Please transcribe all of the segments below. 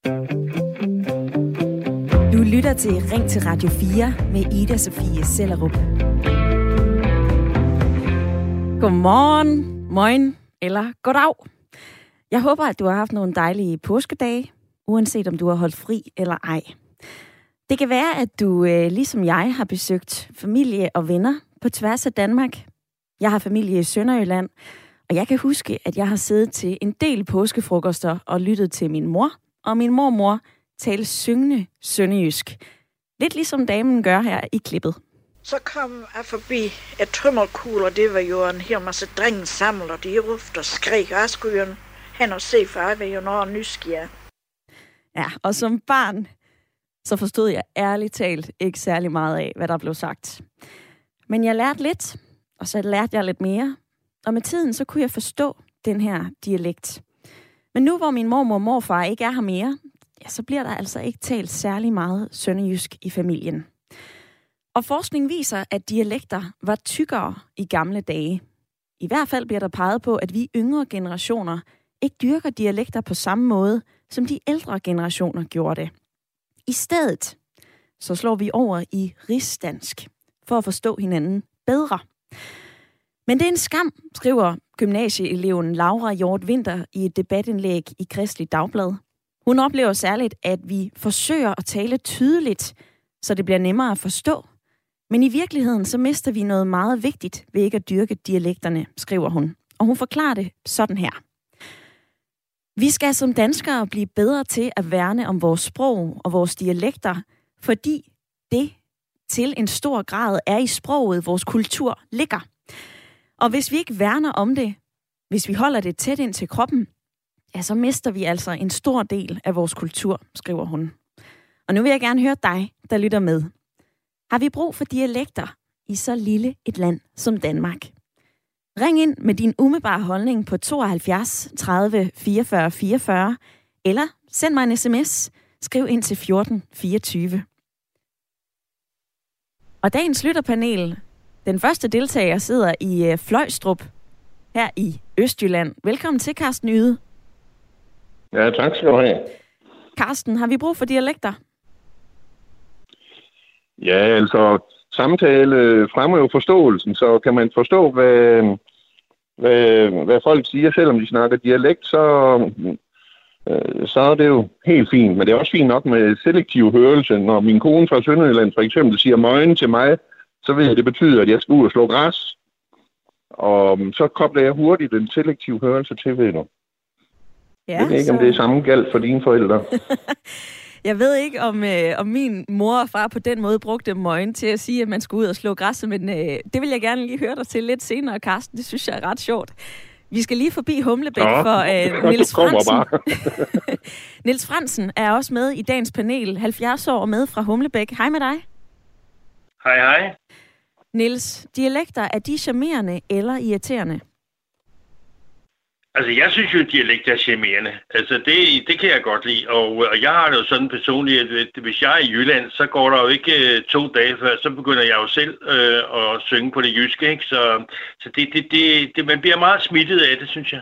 Du lytter til Ring til Radio 4 med Ida Sofie Sellerup. Godmorgen, morgen eller goddag. Jeg håber, at du har haft nogle dejlige påskedage, uanset om du har holdt fri eller ej. Det kan være, at du ligesom jeg har besøgt familie og venner på tværs af Danmark. Jeg har familie i Sønderjylland, og jeg kan huske, at jeg har siddet til en del påskefrokoster og lyttet til min mor og min mormor tale syngende sønderjysk. Lidt ligesom damen gør her i klippet. Så kom jeg forbi et tømmerkul, og det var jo en hel masse drenge samlet, og de råbte og skreg, og jeg skulle jo hen og se, for jeg var jo noget nysgerrig. Ja, og som barn, så forstod jeg ærligt talt ikke særlig meget af, hvad der blev sagt. Men jeg lærte lidt, og så lærte jeg lidt mere, og med tiden så kunne jeg forstå den her dialekt. Men nu hvor min mormor og morfar ikke er her mere, ja, så bliver der altså ikke talt særlig meget sønderjysk i familien. Og forskning viser, at dialekter var tykkere i gamle dage. I hvert fald bliver der peget på, at vi yngre generationer ikke dyrker dialekter på samme måde, som de ældre generationer gjorde det. I stedet så slår vi over i rigsdansk for at forstå hinanden bedre. Men det er en skam, skriver gymnasieeleven Laura Hjort Winter i et debatindlæg i Kristelig Dagblad. Hun oplever særligt, at vi forsøger at tale tydeligt, så det bliver nemmere at forstå. Men i virkeligheden så mister vi noget meget vigtigt ved ikke at dyrke dialekterne, skriver hun. Og hun forklarer det sådan her. Vi skal som danskere blive bedre til at værne om vores sprog og vores dialekter, fordi det til en stor grad er i sproget, vores kultur ligger. Og hvis vi ikke værner om det, hvis vi holder det tæt ind til kroppen, ja, så mister vi altså en stor del af vores kultur, skriver hun. Og nu vil jeg gerne høre dig, der lytter med. Har vi brug for dialekter i så lille et land som Danmark? Ring ind med din umiddelbare holdning på 72 30 44 44, eller send mig en sms. Skriv ind til 14 24. Og dagens lytterpanel, den første deltager sidder i Fløjstrup, her i Østjylland. Velkommen til, Carsten Yde. Ja, tak skal du have. Carsten, har vi brug for dialekter? Ja, altså samtale fremmer jo forståelsen, så kan man forstå, hvad folk siger, selvom de snakker dialekt, så er det jo helt fint. Men det er også fint nok med selektiv hørelse. Når min kone fra Sønderjylland for eksempel siger møgen til mig, så ved jeg, det betyder, at jeg skal ud og slå græs. Og så kobler jeg hurtigt den selektive hørelse til, ved du. Ja, jeg ved ikke, om det er samme galt for dine forældre. Jeg ved ikke, om min mor og far på den måde brugte møgen til at sige, at man skulle ud og slå græsset, men det vil jeg gerne lige høre dig til lidt senere, Carsten. Det synes jeg er ret sjovt. Vi skal lige forbi Humlebæk for Niels Fransen. Niels Fransen er også med i dagens panel, 70 år med fra Humlebæk. Hej med dig. Hej, hej. Niels, dialekter, er de charmerende eller irriterende? Altså, jeg synes jo, at dialekt er charmerende. Altså, det kan jeg godt lide. Og jeg har det jo sådan personligt, at hvis jeg er i Jylland, så går der jo ikke 2 dage før, så begynder jeg jo selv at synge på det jyske, ikke? Så man bliver meget smittet af det, synes jeg.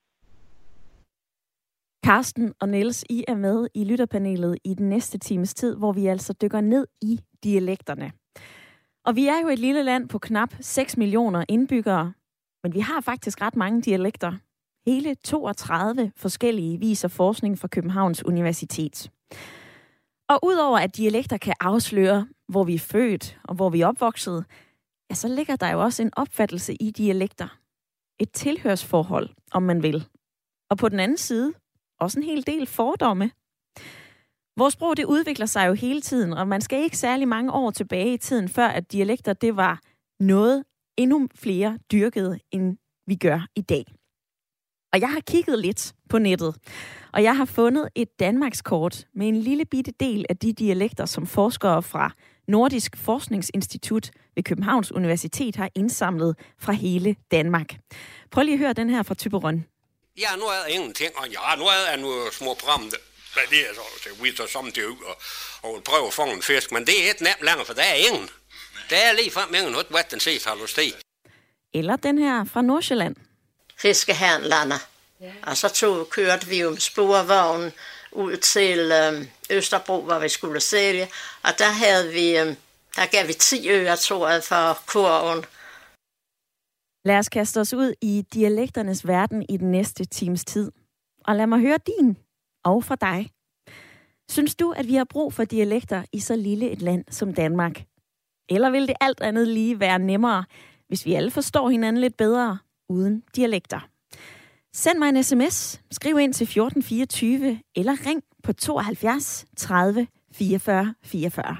Carsten og Niels, I er med i lytterpanelet i den næste times tid, hvor vi altså dykker ned i dialekterne. Og vi er jo et lille land på knap 6 millioner indbyggere, men vi har faktisk ret mange dialekter. Hele 32 forskellige viser forskning fra Københavns Universitet. Og udover at dialekter kan afsløre, hvor vi er født og hvor vi er opvokset, ja, så ligger der jo også en opfattelse i dialekter. Et tilhørsforhold, om man vil. Og på den anden side, også en hel del fordomme. Vores sprog, det udvikler sig jo hele tiden, og man skal ikke særlig mange år tilbage i tiden, før at dialekter, det var noget endnu flere dyrkede, end vi gør i dag. Og jeg har kigget lidt på nettet, og jeg har fundet et Danmarkskort med en lille bitte del af de dialekter, som forskere fra Nordisk Forskningsinstitut ved Københavns Universitet har indsamlet fra hele Danmark. Prøv lige at høre den her fra Thyborøn. Ja, nu er der ingenting, og ja, nu er der nogle små pramte. Det er så, vi så samtidig ud og prøve at fange en fisk, men det er ikke nemt længere, for der er ingen. Der er lige frem ingen, hvad den ses har lyst til. Eller den her fra Nordsjælland. Fiskehandlerne. Ja. Og så kørte vi jo med sporvognen ud til Østerbro, hvor vi skulle sælge. Og der gav vi 10 øre, tror jeg, for kurven. Lad os kaste os ud i dialekternes verden i den næste times tid. Og lad mig høre din og fra dig. Synes du, at vi har brug for dialekter i så lille et land som Danmark? Eller vil det alt andet lige være nemmere, hvis vi alle forstår hinanden lidt bedre uden dialekter? Send mig en sms, skriv ind til 1424 eller ring på 72 30 44 44.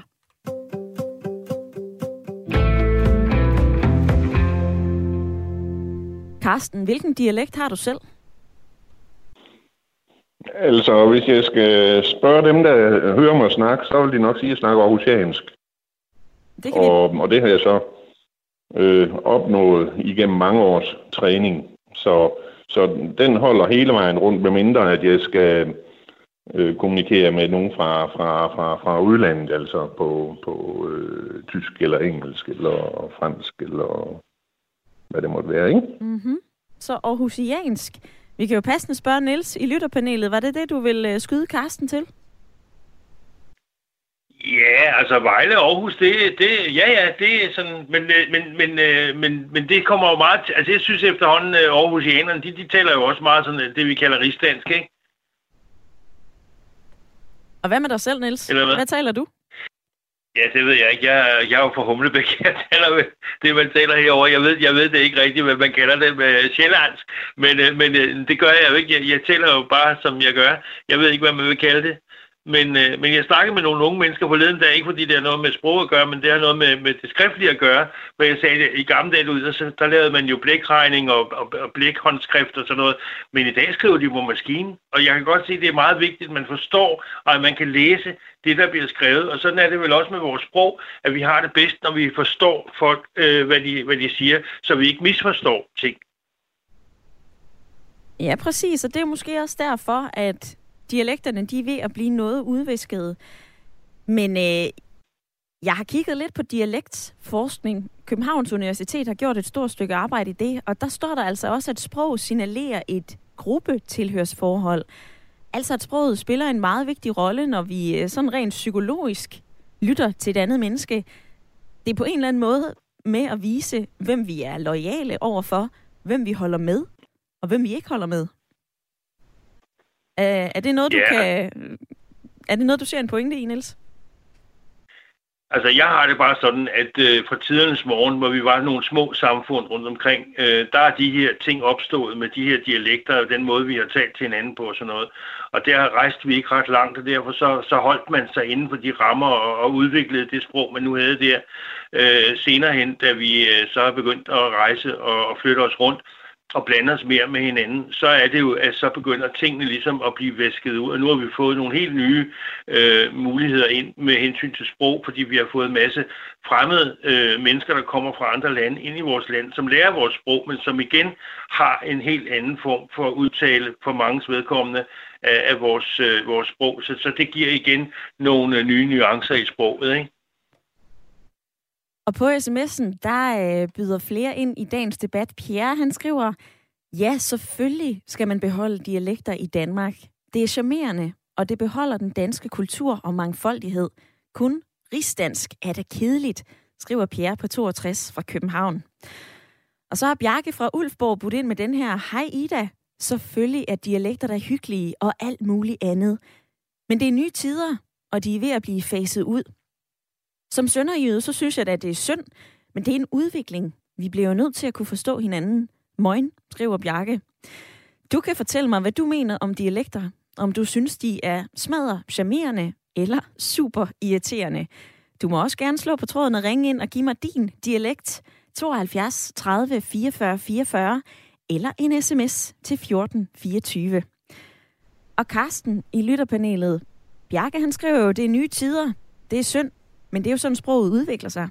Karsten, hvilken dialekt har du selv? Altså, hvis jeg skal spørge dem, der hører mig snakke, så vil de nok sige, at jeg snakker aarhusiansk. Og det har jeg så opnået igennem mange års træning. Så den holder hele vejen rundt, medmindre at jeg skal kommunikere med nogen fra udlandet, altså på tysk eller engelsk eller fransk eller hvad det måtte være, ikke? Mm-hmm. Så aarhusiansk. Vi kan jo passende spørge Niels i lytterpanelet. Var det du vil skyde Karsten til? Ja, altså Vejle og Aarhus, det er sådan, men det kommer jo meget, altså jeg synes efterhånden, aarhusianerne, de taler jo også meget sådan, det vi kalder rigsdansk, ikke? Og hvad med dig selv, Niels? Hvad taler du? Ja, det ved jeg ikke. Jeg er jo fra Humlebæk. Jeg taler det, man taler herovre. Jeg ved det ikke rigtigt, hvad man kalder det med sjællandsk, men det gør jeg jo ikke. Jeg taler jo bare, som jeg gør. Jeg ved ikke, hvad man vil kalde det. Men jeg snakkede med nogle unge mennesker forleden dag, ikke fordi det har noget med sprog at gøre, men det har noget med det skriftlige at gøre. For jeg sagde, at i gamle dage ud, der lavede man jo blækregning og blækhåndskrift og sådan noget. Men i dag skriver de på maskinen. Og jeg kan godt se, at det er meget vigtigt, at man forstår, og at man kan læse det, der bliver skrevet. Og sådan er det vel også med vores sprog, at vi har det bedst, når vi forstår folk, hvad de siger, så vi ikke misforstår ting. Ja, præcis. Og det er måske også derfor, at dialekterne, de er ved at blive noget udviskede. Men jeg har kigget lidt på dialektforskning. Københavns Universitet har gjort et stort stykke arbejde i det, og der står der altså også, at sprog signalerer et gruppetilhørsforhold. Altså at sproget spiller en meget vigtig rolle, når vi sådan rent psykologisk lytter til et andet menneske. Det er på en eller anden måde med at vise, hvem vi er loyale overfor, hvem vi holder med, og hvem vi ikke holder med. Er det noget, er det noget, du ser en pointe i, Niels? Altså, jeg har det bare sådan, at fra tidernes morgen, hvor vi var nogle små samfund rundt omkring, der er de her ting opstået med de her dialekter og den måde, vi har talt til hinanden på og sådan noget. Og der rejste vi ikke ret langt, og derfor så holdt man sig inden for de rammer og udviklede det sprog, man nu havde der. Senere hen, da vi så har begyndt at rejse og flytte os rundt, og blande os mere med hinanden, så er det jo, at så begynder tingene ligesom at blive væsket ud. Og nu har vi fået nogle helt nye muligheder ind med hensyn til sprog, fordi vi har fået en masse fremmede mennesker, der kommer fra andre lande ind i vores land, som lærer vores sprog, men som igen har en helt anden form for udtale for manges vedkommende af vores sprog. Så det giver igen nogle nye nuancer i sproget, ikke? Og på sms'en, der byder flere ind i dagens debat. Pierre, han skriver, ja, selvfølgelig skal man beholde dialekter i Danmark. Det er charmerende, og det beholder den danske kultur og mangfoldighed. Kun rigsdansk er det kedeligt, skriver Pierre på 62 fra København. Og så har Bjarke fra Ulfborg budt ind med den her, hej Ida, selvfølgelig er dialekter der hyggelige og alt muligt andet. Men det er nye tider, og de er ved at blive faset ud. Som sønderjyde, så synes jeg, at det er synd, men det er en udvikling. Vi bliver jo nødt til at kunne forstå hinanden. Moin, skriver Bjarke. Du kan fortælle mig, hvad du mener om dialekter. Om du synes, de er smadre, charmerende eller super irriterende. Du må også gerne slå på tråden og ringe ind og give mig din dialekt. 72 30 44 44 eller en sms til 14 24. Og Karsten i lytterpanelet. Bjarke, han skriver jo, det er nye tider. Det er synd. Men det er jo sådan, sproget udvikler sig.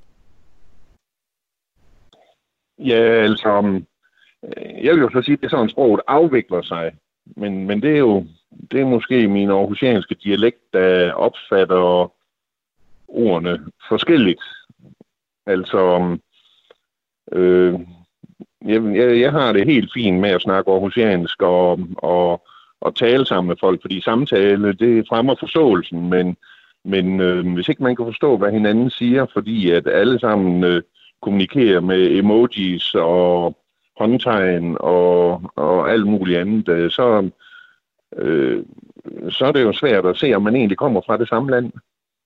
Ja, altså, jeg vil jo så sige, at det er sådan, sproget afvikler sig. Men det er måske min aarhusianske dialekt, der opfatter ordene forskelligt. Altså, jeg har det helt fint med at snakke aarhusiansk, og at tale sammen med folk, fordi samtale, det fremmer forståelsen, men hvis ikke man kan forstå, hvad hinanden siger, fordi at alle sammen kommunikerer med emojis og håndtegn og alt muligt andet, så er det jo svært at se, om man egentlig kommer fra det samme land.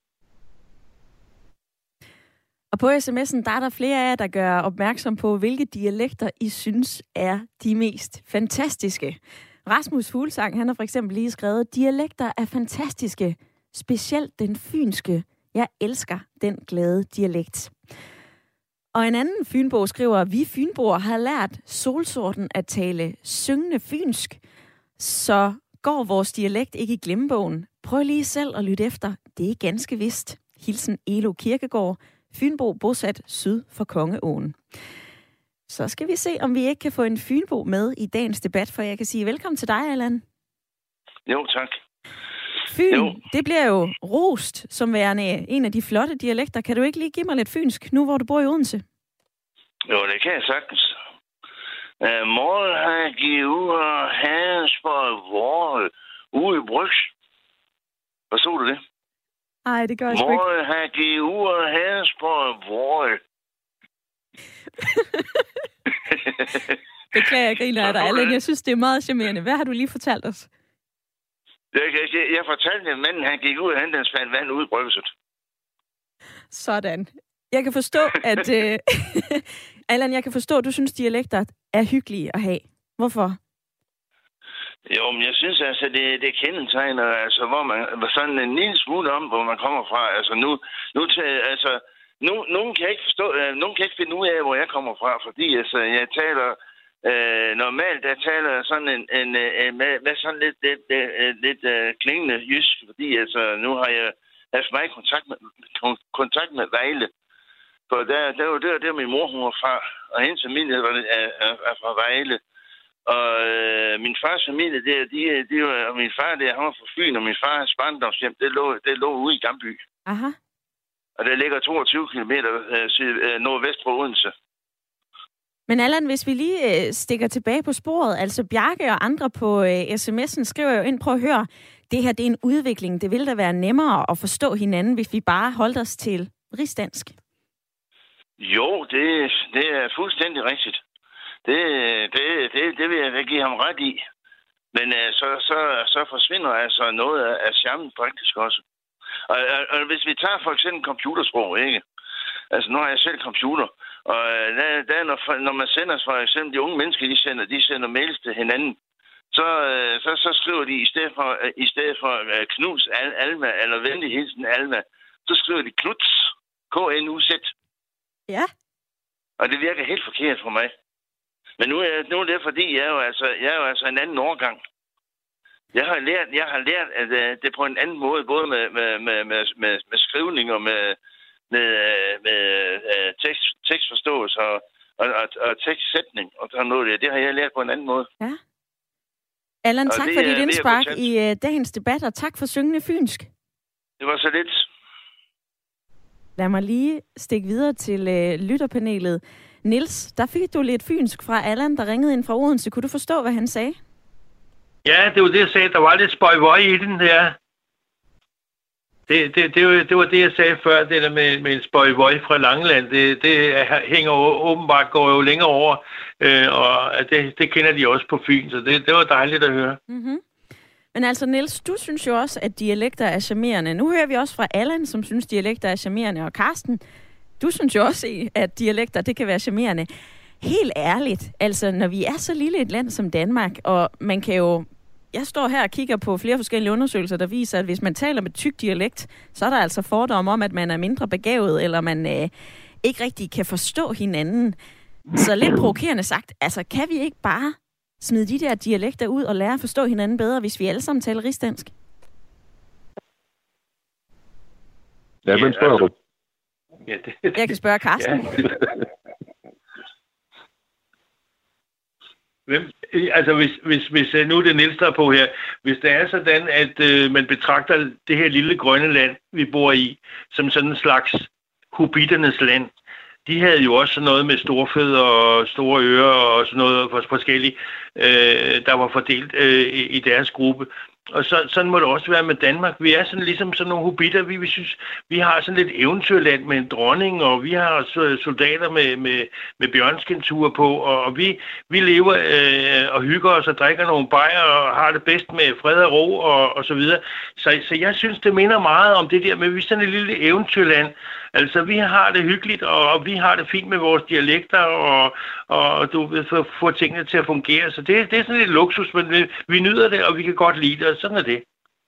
Og på sms'en, der er der flere af jer, der gør opmærksom på, hvilke dialekter I synes er de mest fantastiske. Rasmus Fuglsang, han har for eksempel lige skrevet, dialekter er fantastiske, specielt den fynske. Jeg elsker den glade dialekt. Og en anden fynbo skriver, vi fynboer har lært solsorten at tale syngende fynsk, så går vores dialekt ikke i glemmebogen. Prøv lige selv at lytte efter. Det er ganske vist. Hilsen Elo Kirkegaard, fynbo bosat syd for Kongeåen. Så skal vi se, om vi ikke kan få en fynbo med i dagens debat, for jeg kan sige velkommen til dig, Allan. Jo, tak. Fyn, det bliver jo rost som værende en af de flotte dialekter. Kan du ikke lige give mig lidt fynsk, nu hvor du bor i Odense? Jo, det kan jeg sagtens. Mål har givet ud af Hansborg Vårl ude i Brygs. Forstod du det? Nej, det gør jeg sgu ikke. Mål har givet ud af Hansborg Vårl. Beklager, jeg griner af dig, Allan. Jeg synes, det er meget charmerende. Hvad har du lige fortalt os? Jeg fortalte, at manden han gik ud og hentede en spand vand ud i bryggelset. Sådan. Jeg kan forstå, at... Allan, jeg kan forstå, at du synes, dialekter er hyggelige at have. Hvorfor? Jo, men jeg synes altså, det kendetegner, altså, hvor man sådan en lille smule om, hvor man kommer fra. Altså, nogen kan ikke forstå, nogen kan ikke finde ud af, hvor jeg kommer fra, fordi altså, jeg taler... normalt, der taler sådan med sådan lidt klingende jysk, fordi altså, nu har jeg haft meget kontakt med Vejle. For der var der min mor, hun var fra, og hendes familie er fra Vejle. Og min fars familie, min far han var fra Fyn, og min fars barndomshjem, det lå ude i Gamby. Aha. Og det ligger 22 km nordvest for Odense. Men Allan, hvis vi lige stikker tilbage på sporet, altså Bjarke og andre på sms'en skriver jo ind, prøv at høre, det her det er en udvikling. Det ville da være nemmere at forstå hinanden, hvis vi bare holdt os til rigsdansk. Jo, det er fuldstændig rigtigt. Det vil jeg give ham ret i. Men så forsvinder altså noget af charmen faktisk også. Og hvis vi tager for eksempel computersprog, ikke? Altså nu har jeg selv computer. Og når man sender for eksempel de unge mennesker, de sender mails til hinanden, så skriver de i stedet for Knuds Alma, eller venlig hilsen Alma, så skriver de Knuds, K-N-U-Z. Ja. Og det virker helt forkert for mig. Men nu er det fordi, jeg er jo altså en anden årgang. Jeg har lært at det på en anden måde, både med skrivning og med tekstforståelse og tekstsætning og sådan noget. Det har jeg lært på en anden måde. Ja. Allan, tak for dit indspark i dagens debat, og tak for syngende fynsk. Det var så lidt. Lad mig lige stikke videre til lytterpanelet. Niels, der fik du lidt fynsk fra Allan, der ringede ind fra Odense. Kunne du forstå, hvad han sagde? Ja, det var det, jeg sagde. Der var lidt spøjvøj i den der. Det var det, jeg sagde før, det der med en spøjvøj fra Langeland. Det hænger åbenbart, går jo længere over, og det kender de også på Fyn, så det var dejligt at høre. Mm-hmm. Men altså, Niels, du synes jo også, at dialekter er charmerende. Nu hører vi også fra Allan, som synes, dialekter er charmerende, og Karsten, du synes jo også, at dialekter, det kan være charmerende. Helt ærligt, altså, når vi er så lille et land som Danmark, og man kan jo... Jeg står her og kigger på flere forskellige undersøgelser, der viser, at hvis man taler med tyk dialekt, så er der altså fordomme om, at man er mindre begavet, eller man ikke rigtig kan forstå hinanden. Så lidt provokerende sagt, altså kan vi ikke bare smide de der dialekter ud og lære at forstå hinanden bedre, hvis vi alle sammen taler rigsdansk? Ja, men spørger du? Ja, jeg kan spørge Karsten. Ja. Altså, hvis nu er det Niels, der er på her, hvis det er sådan, at man betragter det her lille grønne land, vi bor i, som sådan en slags hobitternes land, de havde jo også sådan noget med store fødder og store ører og sådan noget forskelligt, der var fordelt i deres gruppe. Og sådan må det også være med Danmark. Vi er sådan ligesom sådan nogle hobitter. Vi synes, vi har sådan lidt eventyrland med en dronning, og vi har soldater med bjørnskindture på, og vi lever og hygger os og drikker nogle bajer og har det bedst med fred og ro og så videre. Så jeg synes, det minder meget om det der med, at vi er sådan et lille eventyrland. Altså, vi har det hyggeligt, og vi har det fint med vores dialekter, og du ved, få tingene til at fungere. Så det er sådan lidt luksus, men vi nyder det, og vi kan godt lide det, og sådan er det.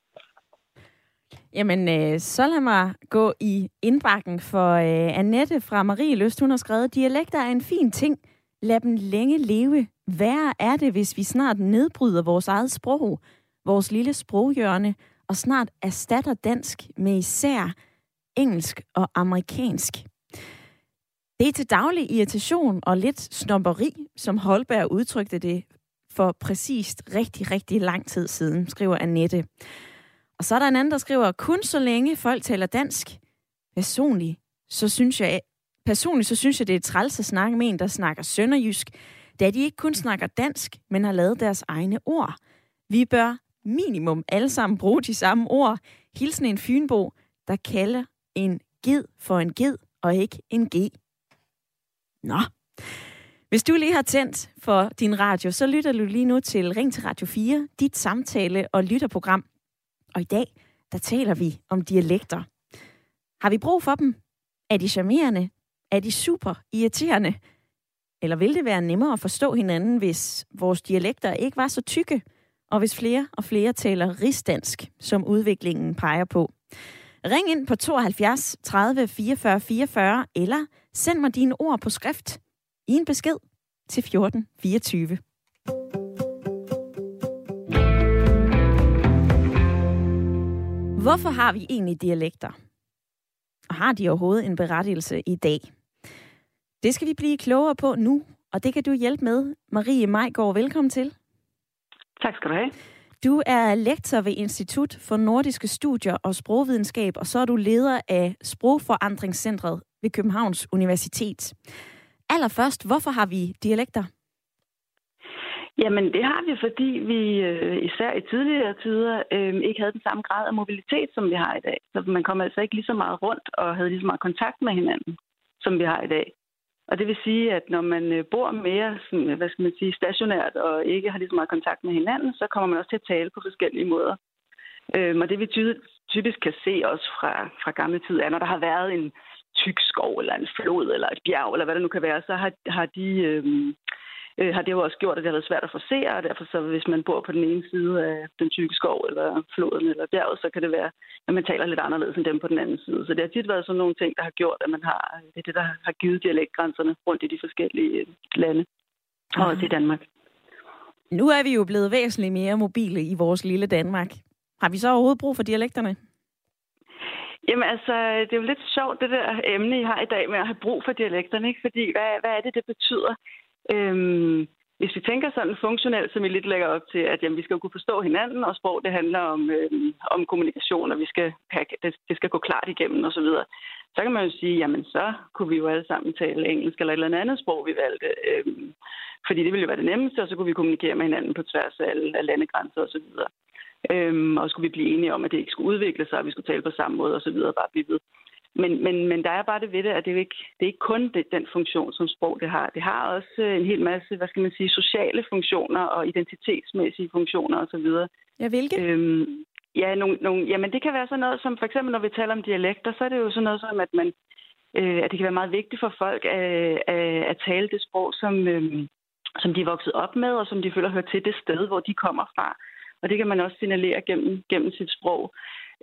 Jamen, så lad mig gå i indbakken for Annette fra Marielyst. Hun har skrevet, dialekter er en fin ting. Lad dem længe leve. Værre er det, hvis vi snart nedbryder vores eget sprog, vores lille sproghjørne, og snart erstatter dansk med især engelsk og amerikansk. Det er til daglig irritation og lidt snobberi, som Holberg udtrykte det for præcist rigtig, rigtig lang tid siden, skriver Annette. Og så er der en anden, der skriver, kun så længe folk taler dansk. Personligt, så synes jeg, det er træls at snakke med en, der snakker sønderjysk, da de ikke kun snakker dansk, men har lavet deres egne ord. Vi bør minimum alle sammen bruge de samme ord. Hilsen en fynbo, der kalder en ged for en ged, og ikke en g. Nå. Hvis du lige har tændt for din radio, så lytter du lige nu til Ring til Radio 4, dit samtale- og lytterprogram. Og i dag, der taler vi om dialekter. Har vi brug for dem? Er de charmerende? Er de super irriterende? Eller vil det være nemmere at forstå hinanden, hvis vores dialekter ikke var så tykke, og hvis flere og flere taler rigsdansk, som udviklingen peger på? Ring ind på 72 30 44 44, eller send mig dine ord på skrift i en besked til 14 24. Hvorfor har vi egentlig dialekter? Og har de overhovedet en berettigelse i dag? Det skal vi blive klogere på nu, og det kan du hjælpe med. Marie Majgaard, velkommen til. Tak skal du have. Du er lektor ved Institut for Nordiske Studier og Sprogvidenskab, og så er du leder af Sprogforandringscentret ved Københavns Universitet. Allerførst, hvorfor har vi dialekter? Jamen, det har vi, fordi vi især i tidligere tider ikke havde den samme grad af mobilitet, som vi har i dag. Så man kom altså ikke lige så meget rundt og havde lige så meget kontakt med hinanden, som vi har i dag. Og det vil sige, at når man bor mere sådan, stationært og ikke har lige så meget kontakt med hinanden, så kommer man også til at tale på forskellige måder. Og det vi typisk kan se også fra gamle tid er, når der har været en tyk skov eller en flod eller et bjerg eller hvad det nu kan være, så har det jo også gjort, at det har været svært at forsere, og derfor så hvis man bor på den ene side af den tykke skov, eller floden, eller bjerget, så kan det være, at man taler lidt anderledes end dem på den anden side. Så det har tit været sådan nogle ting, der har gjort, at det er det, der har givet dialektgrænserne rundt i de forskellige lande, og også i Danmark. Nu er vi jo blevet væsentligt mere mobile i vores lille Danmark. Har vi så overhovedet brug for dialekterne? Jamen altså, det er jo lidt sjovt, det der emne, I har i dag med at have brug for dialekterne, ikke? Fordi hvad er det betyder? Hvis vi tænker sådan funktionelt, som I lidt lægger op til, at jamen, vi skal jo kunne forstå hinanden, og sprog det handler om kommunikation, og det skal gå klart igennem osv., så kan man jo sige, jamen så kunne vi jo alle sammen tale engelsk eller et eller andet sprog, vi valgte. Fordi det ville jo være det nemmeste, og så kunne vi kommunikere med hinanden på tværs af landegrænser osv. Og skulle vi blive enige om, at det ikke skulle udvikle sig, og vi skulle tale på samme måde osv., bare blive ved. Men der er bare det ved det, at det er ikke kun den funktion, som sprog det har. Det har også en hel masse, sociale funktioner og identitetsmæssige funktioner osv. Ja, hvilke? Jamen det kan være sådan noget som, for eksempel når vi taler om dialekter, så er det jo sådan noget som, at det kan være meget vigtigt for folk at tale det sprog, som de er vokset op med, og som de føler hører til det sted, hvor de kommer fra. Og det kan man også signalere gennem sit sprog.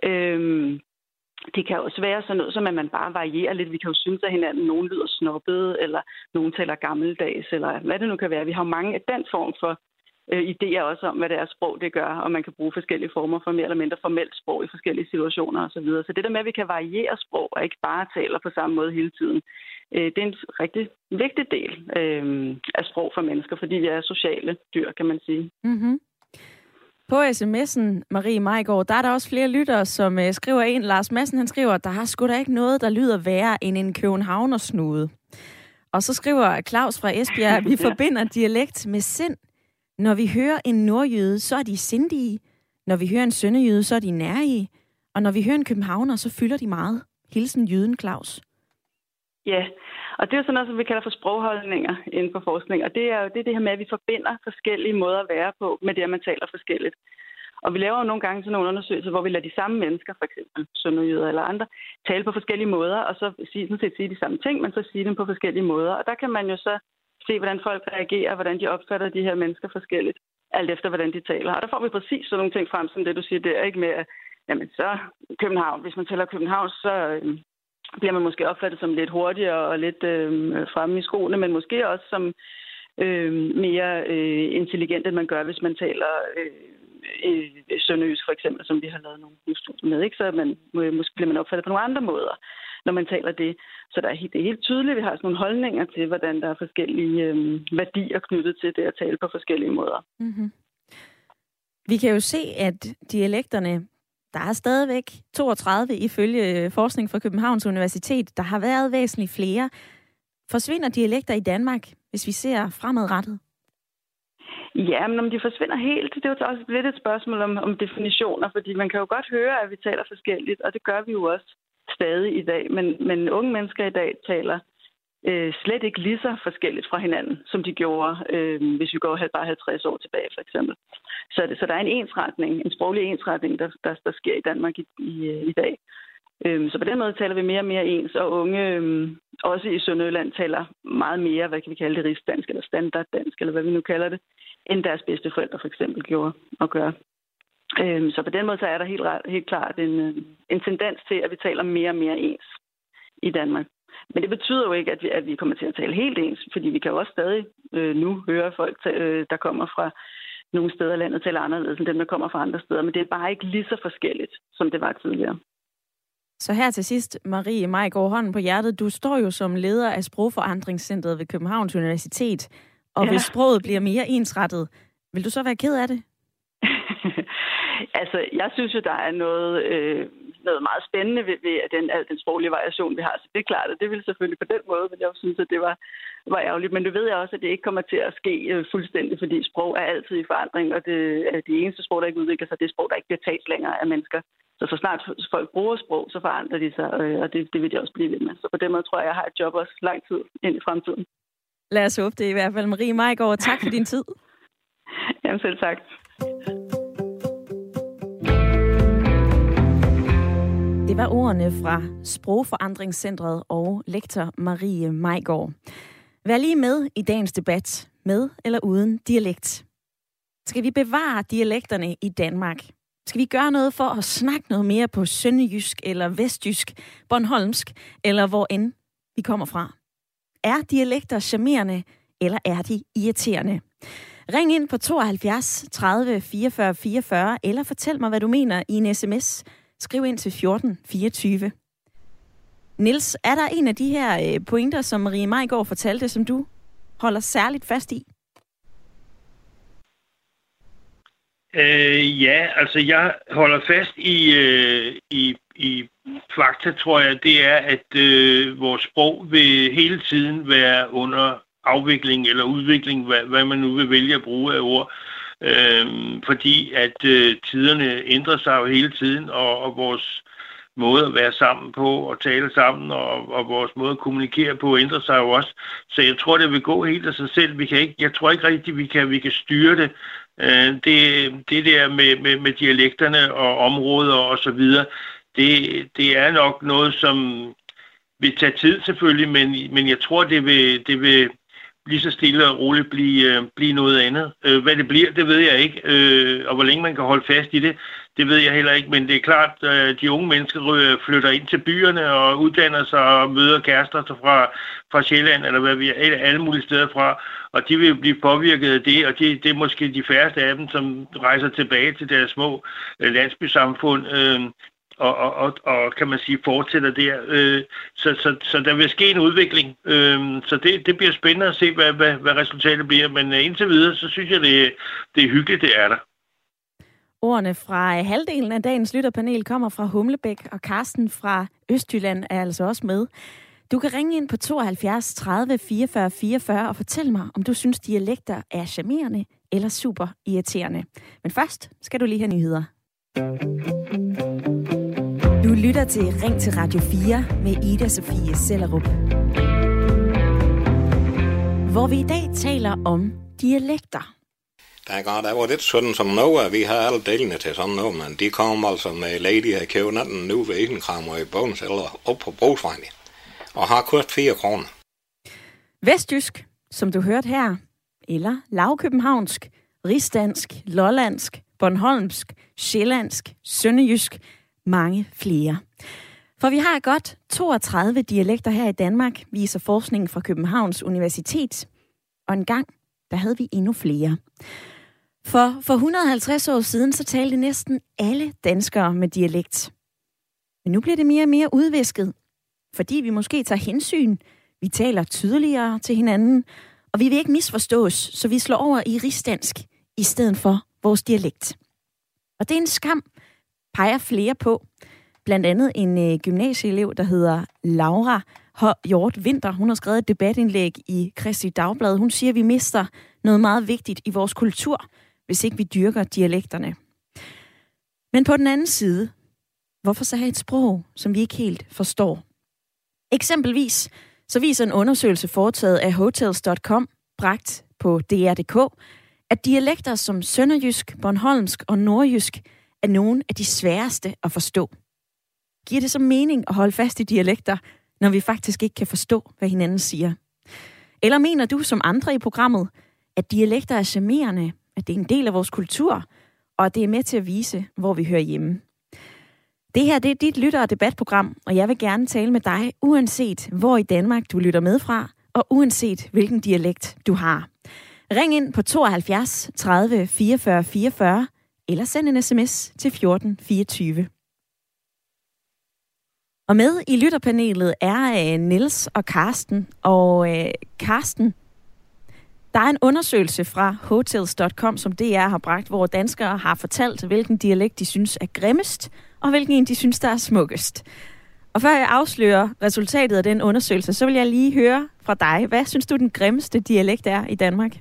Det kan også være sådan noget, som at man bare varierer lidt. Vi kan jo synes, at hinanden, nogen lyder snobbede, eller nogen taler gammeldags, eller hvad det nu kan være. Vi har mange af den form for idéer også om, hvad det er sprog, det gør, og man kan bruge forskellige former for mere eller mindre formelt sprog i forskellige situationer osv. Så det der med, at vi kan variere sprog, og ikke bare taler på samme måde hele tiden, det er en rigtig vigtig del af sprog for mennesker, fordi vi er sociale dyr, kan man sige. Mm-hmm. På sms'en, Marie Mejgaard, der er der også flere lyttere, som skriver ind. Lars Madsen, han skriver, at der har sgu da ikke noget, der lyder værre end en københavnersnude. Og så skriver Claus fra Esbjerg, at vi forbinder dialekt med sind. Når vi hører en nordjyde, så er de sindige. Når vi hører en sønderjyde, så er de nærige. Og når vi hører en københavner, så fylder de meget. Hilsen jyden Claus. Ja, og det er sådan noget, som vi kalder for sprogholdninger inden for forskning. Og det er jo det her med, at vi forbinder forskellige måder at være på med det, at man taler forskelligt. Og vi laver jo nogle gange sådan nogle undersøgelser, hvor vi lader de samme mennesker, for eksempel sønderjyder eller andre, tale på forskellige måder, og så sige de samme ting, men så sige dem på forskellige måder. Og der kan man jo så se, hvordan folk reagerer, hvordan de opfatter de her mennesker forskelligt, alt efter hvordan de taler. Og der får vi præcis sådan nogle ting frem, som det du siger der, ikke med, at jamen så København, hvis man taler København, så bliver man måske opfattet som lidt hurtigere og lidt fremme i skoene, men måske også som mere intelligent, end man gør, hvis man taler sønderjysk for eksempel, som vi har lavet nogle studier med, ikke? Så måske bliver man opfattet på nogle andre måder, når man taler det. Så det er helt tydeligt, at vi har sådan nogle holdninger til, hvordan der er forskellige værdier knyttet til det at tale på forskellige måder. Mm-hmm. Vi kan jo se, at dialekterne, der er stadigvæk 32 ifølge forskning fra Københavns Universitet. Der har været væsentligt flere. Forsvinder dialekter i Danmark, hvis vi ser fremadrettet? Ja, men om de forsvinder helt, det er jo også lidt et spørgsmål om definitioner, fordi man kan jo godt høre, at vi taler forskelligt, og det gør vi jo også stadig i dag. Men unge mennesker i dag taler slet ikke lige så forskelligt fra hinanden, som de gjorde, hvis vi går bare 50 år tilbage, for eksempel. Så der er en ensretning, en sproglig ensretning, der sker i Danmark i dag. Så på den måde taler vi mere og mere ens, og unge, også i Sønderjylland, taler meget mere, hvad kan vi kalde det, rigsdansk eller standarddansk, eller hvad vi nu kalder det, end deres bedsteforældre for eksempel gjorde og gør. Så på den måde så er der helt klart en tendens til, at vi taler mere og mere ens i Danmark. Men det betyder jo ikke, at vi kommer til at tale helt ens, fordi vi kan jo også stadig nu høre folk, der kommer fra nogle steder i landet, taler anderledes end dem, der kommer fra andre steder. Men det er bare ikke lige så forskelligt, som det var tidligere. Så her til sidst, Marie Mejgaard, hånden på hjertet. Du står jo som leder af Sprogforandringscentret ved Københavns Universitet. Og hvis sproget bliver mere ensrettet, vil du så være ked af det? Altså, jeg synes jo, der er noget meget spændende ved al den sproglige variation, vi har. Så det er klart, at det vil selvfølgelig på den måde, men jeg synes, at det var ærgerligt. Men du ved jeg også, at det ikke kommer til at ske fuldstændig, fordi sprog er altid i forandring, og det eneste sprog, der ikke udvikler sig, det er sprog, der ikke bliver talt længere af mennesker. Så snart folk bruger sprog, så forandrer de sig, og det vil de også blive ved med. Så på den måde tror jeg har et job også lang tid ind i fremtiden. Lad os håbe det i hvert fald. Marie Mejgaard, tak for din tid. Jamen selv tak. Det var ordene fra Sprogforandringscentret og lektor Marie Mejgaard. Vær lige med i dagens debat, med eller uden dialekt. Skal vi bevare dialekterne i Danmark? Skal vi gøre noget for at snakke noget mere på sønderjysk eller vestjysk, bornholmsk eller hvor end vi kommer fra? Er dialekter charmerende, eller er de irriterende? Ring ind på 72 30 44 44, eller fortæl mig, hvad du mener i en sms. Skriv ind til 1424. Niels, er der en af de her pointer, som Marie Mejgaard fortalte, som du holder særligt fast i? Ja, altså jeg holder fast i fakta, tror jeg, det er, at vores sprog vil hele tiden være under afvikling eller udvikling, hvad man nu vil vælge at bruge af ord. Fordi at tiderne ændrer sig jo hele tiden, og vores måde at være sammen på og tale sammen, og vores måde at kommunikere på ændrer sig jo også. Så jeg tror, det vil gå helt af sig selv. Jeg tror ikke rigtigt, vi kan styre det. Det der med dialekterne og områder og så videre, det er nok noget, som vil tage tid selvfølgelig, men jeg tror, det vil lige så stille og roligt blive noget andet. Hvad det bliver, det ved jeg ikke, og hvor længe man kan holde fast i det, det ved jeg heller ikke, men det er klart, at de unge mennesker flytter ind til byerne og uddanner sig og møder kærester fra Sjælland, eller hvad vi er, alle mulige steder fra, og de vil blive påvirket af det, og det er måske de færreste af dem, som rejser tilbage til deres små landsbysamfund, og kan man sige, fortsætter der. Så der vil ske en udvikling. Så det bliver spændende at se, hvad resultatet bliver. Men indtil videre, så synes jeg, det er hyggeligt, det er der. Ordene fra halvdelen af dagens lytterpanel kommer fra Humlebæk, og Carsten fra Østjylland er altså også med. Du kan ringe ind på 72 30 44 44 og fortælle mig, om du synes, dialekter er charmerende eller super irriterende. Men først skal du lige have nyheder. Du lytter til Ring til Radio 4 med Ida Sofie Sellerup, hvor vi i dag taler om dialekter. Der var lidt sådan som nu, at vi har alle delene til sådan noget, men de kom altså med Lady at købe natten nu ved Isenkrammer i Bogens eller op på Brugsvejne, og har kost 4 kroner. Vestjysk, som du hørte her, eller lavkøbenhavnsk, rigsdansk, lollandsk, bornholmsk, sjællandsk, sønderjysk, mange flere. For vi har godt 32 dialekter her i Danmark, viser forskningen fra Københavns Universitet. Og engang, der havde vi endnu flere. For 150 år siden, så talte næsten alle danskere med dialekt. Men nu bliver det mere og mere udvisket, fordi vi måske tager hensyn. Vi taler tydeligere til hinanden, og vi vil ikke misforstås, så vi slår over i rigsdansk i stedet for vores dialekt. Og det er en skam, peger flere på. Blandt andet en gymnasieelev, der hedder Laura Hjort Vinter. Hun har skrevet et debatindlæg i Kristi Dagblad. Hun siger, at vi mister noget meget vigtigt i vores kultur, hvis ikke vi dyrker dialekterne. Men på den anden side, hvorfor så have et sprog, som vi ikke helt forstår? Eksempelvis så viser en undersøgelse foretaget af Hotels.com, bragt på DR.dk, at dialekter som sønderjysk, bornholmsk og nordjysk er nogle af de sværeste at forstå. Giver det så mening at holde fast i dialekter, når vi faktisk ikke kan forstå, hvad hinanden siger? Eller mener du, som andre i programmet, at dialekter er charmerende, at det er en del af vores kultur, og at det er med til at vise, hvor vi hører hjemme? Det her, det er dit lytter- og debatprogram, og jeg vil gerne tale med dig, uanset hvor i Danmark du lytter med fra, og uanset hvilken dialekt du har. Ring ind på 72 30 44 44, eller send en sms til 14 24. Og med i lytterpanelet er Niels og Carsten. Og Carsten, der er en undersøgelse fra Hotels.com, som DR har bragt, hvor danskere har fortalt, hvilken dialekt de synes er grimmest, og hvilken en de synes, der er smukkest. Og før jeg afslører resultatet af den undersøgelse, så vil jeg lige høre fra dig. Hvad synes du, den grimmeste dialekt er i Danmark?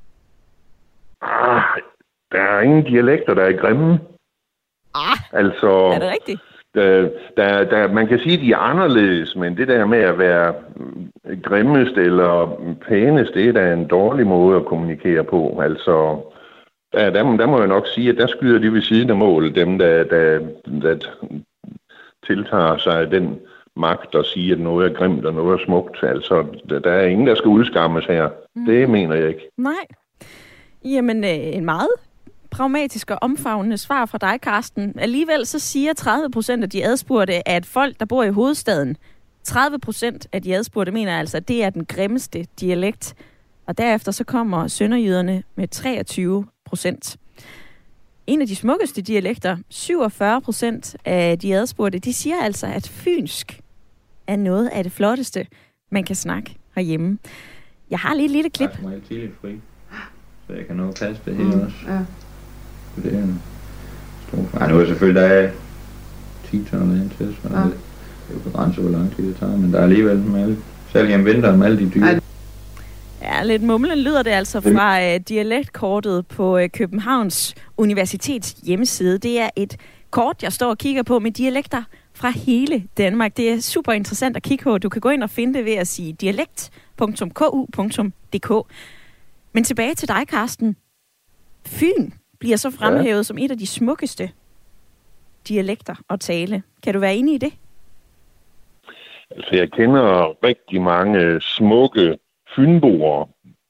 Der er ingen dialekter, der er grimme. Altså, er det rigtigt? Man kan sige, at de er anderledes, men det der med at være grimmest eller pænest, det er da en dårlig måde at kommunikere på. Altså, der må jeg nok sige, at der skyder de ved siden af målet, dem der tiltager sig den magt og siger, at noget er grimt og noget er smukt. Altså, der er ingen, der skal udskammes her. Det mener jeg ikke. Nej. Jamen, en meget pragmatisk og omfavnende svar fra dig, Carsten. Alligevel så siger 30% af de adspurgte, at folk, der bor i hovedstaden, 30% af de adspurgte mener altså, at det er den grimmeste dialekt. Og derefter så kommer sønderjyderne med 23%. En af de smukkeste dialekter, 47% af de adspurgte, de siger altså, at fynsk er noget af det flotteste, man kan snakke herhjemme. Jeg har lige et lille klip. Jeg er tidligt fri, så jeg kan nå at passe det hele også. Ja. Det er en stor... Ej, nu er selvfølgelig, der er 10 tønder med ind til, så det er jo begrænset, hvor lang tid det tager, men der er alligevel med alle, særlig om vinteren med alle de dyre. Ja, lidt mumlen lyder det altså fra dialektkortet på Københavns Universitets hjemmeside. Det er et kort, jeg står og kigger på med dialekter fra hele Danmark. Det er super interessant at kigge på. Du kan gå ind og finde det ved at sige dialekt.ku.dk. Men tilbage til dig, Carsten. Fyn bliver så fremhævet som et af de smukkeste dialekter at tale. Kan du være enig i det? Altså, jeg kender rigtig mange smukke fynboer,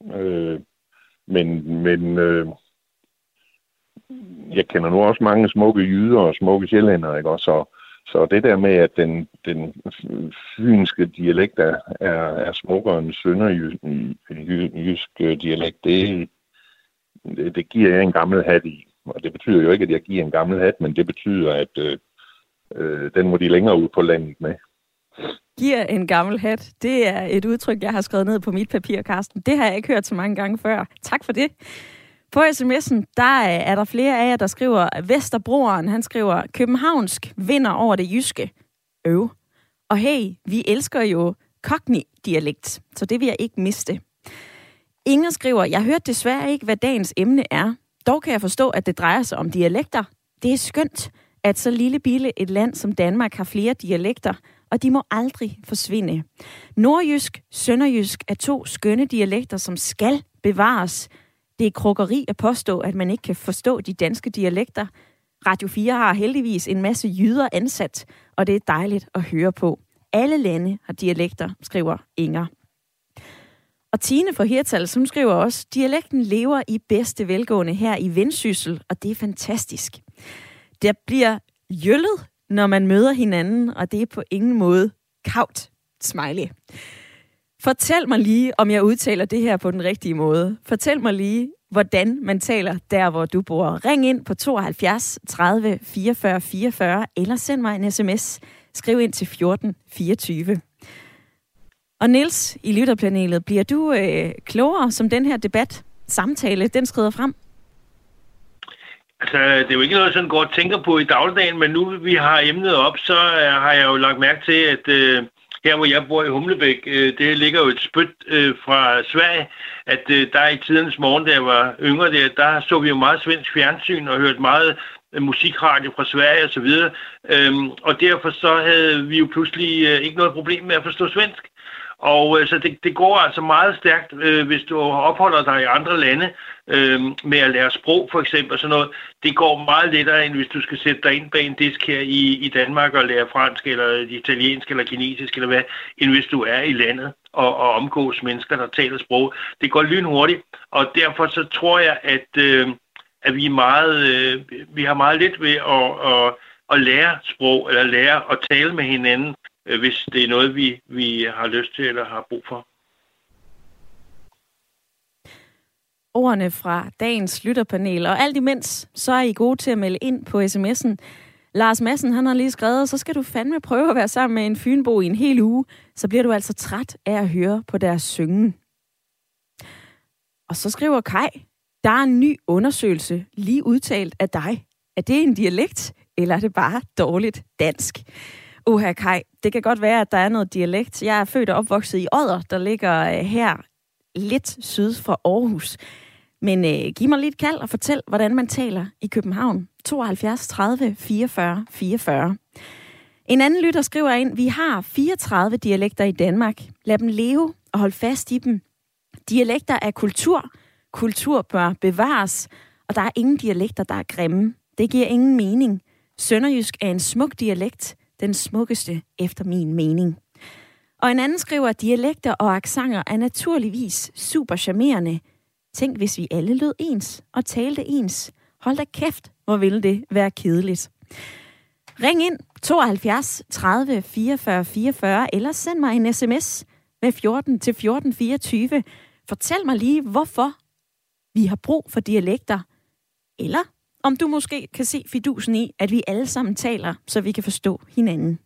men jeg kender nu også mange smukke jyder og smukke sjællændere, ikke? Så det der med, at den fynske dialekt er smukkere end sønderjysk dialekt, det giver jeg en gammel hat i. Og det betyder jo ikke, at jeg giver en gammel hat, men det betyder, at den må de længere ud på landet med. Giver en gammel hat. Det er et udtryk, jeg har skrevet ned på mit papir, Carsten. Det har jeg ikke hørt så mange gange før. Tak for det. På sms'en, der er der flere af jer, der skriver, Vesterbroeren, han skriver, københavnsk vinder over det jyske. Og hey, vi elsker jo Cockney-dialekt, så det vil jeg ikke miste. Inger skriver, jeg hørte desværre ikke, hvad dagens emne er. Dog kan jeg forstå, at det drejer sig om dialekter. Det er skønt, at så lille bitte et land som Danmark har flere dialekter, og de må aldrig forsvinde. Nordjysk, sønderjysk er 2 skønne dialekter, som skal bevares. Det er krukkeri at påstå, at man ikke kan forstå de danske dialekter. Radio 4 har heldigvis en masse jyder ansat, og det er dejligt at høre på. Alle lande har dialekter, skriver Inger. Og Tine fra Hirtshals, hun skriver også, dialekten lever i bedste velgående her i Vendsyssel, og det er fantastisk. Der bliver jøllet, når man møder hinanden, og det er på ingen måde kavt. Smiley. Fortæl mig lige, om jeg udtaler det her på den rigtige måde. Fortæl mig lige, hvordan man taler der, hvor du bor. Ring ind på 72 30 44 44, eller send mig en sms. Skriv ind til 14 24. Og Niels i lytterpanelet, bliver du klogere, som den her samtale, den skrider frem? Altså, det er jo ikke noget, sådan går og tænker på i dagligdagen, men nu vi har emnet op, så har jeg jo lagt mærke til, at her hvor jeg bor i Humlebæk, det ligger jo et spyt fra Sverige, at der i tidens morgen, da jeg var yngre der så vi jo meget svensk fjernsyn og hørte meget musikradio fra Sverige og så videre. Og derfor så havde vi jo pludselig ikke noget problem med at forstå svensk. Og så det går altså meget stærkt, hvis du opholder dig i andre lande med at lære sprog for eksempel sådan noget. Det går meget lettere, end hvis du skal sætte dig ind bag en disk her i Danmark og lære fransk eller italiensk eller kinesisk eller hvad, end hvis du er i landet og omgås mennesker, der taler sprog. Det går lynhurtigt, og derfor så tror jeg, at vi har meget let ved at lære sprog eller lære at tale med hinanden, hvis det er noget, vi har lyst til eller har brug for. Ordene fra dagens lytterpanel, og alt imens, så er I gode til at melde ind på sms'en. Lars Madsen, han har lige skrevet, så skal du fandme prøve at være sammen med en fynbo i en hel uge, så bliver du altså træt af at høre på deres syngen. Og så skriver Kai, der er en ny undersøgelse lige udtalt af dig. Er det en dialekt, eller er det bare dårligt dansk? Her Kai, det kan godt være, at der er noget dialekt. Jeg er født og opvokset i Odder, der ligger her lidt syd for Aarhus. Men giv mig lige et kald og fortæl, hvordan man taler i København. 72 30 44 44. En anden lytter skriver ind, vi har 34 dialekter i Danmark. Lad dem leve og hold fast i dem. Dialekter er kultur. Kultur bør bevares, og der er ingen dialekter, der er grimme. Det giver ingen mening. Sønderjysk er en smuk dialekt. Den smukkeste efter min mening. Og en anden skriver, at dialekter og accenter er naturligvis super charmerende. Tænk, hvis vi alle lød ens og talte ens. Hold da kæft, hvor ville det være kedeligt. Ring ind 72 30 44 44, eller send mig en sms med 14 til 1424. Fortæl mig lige, hvorfor vi har brug for dialekter. Eller om du måske kan se fidusen i, at vi alle sammen taler, så vi kan forstå hinanden.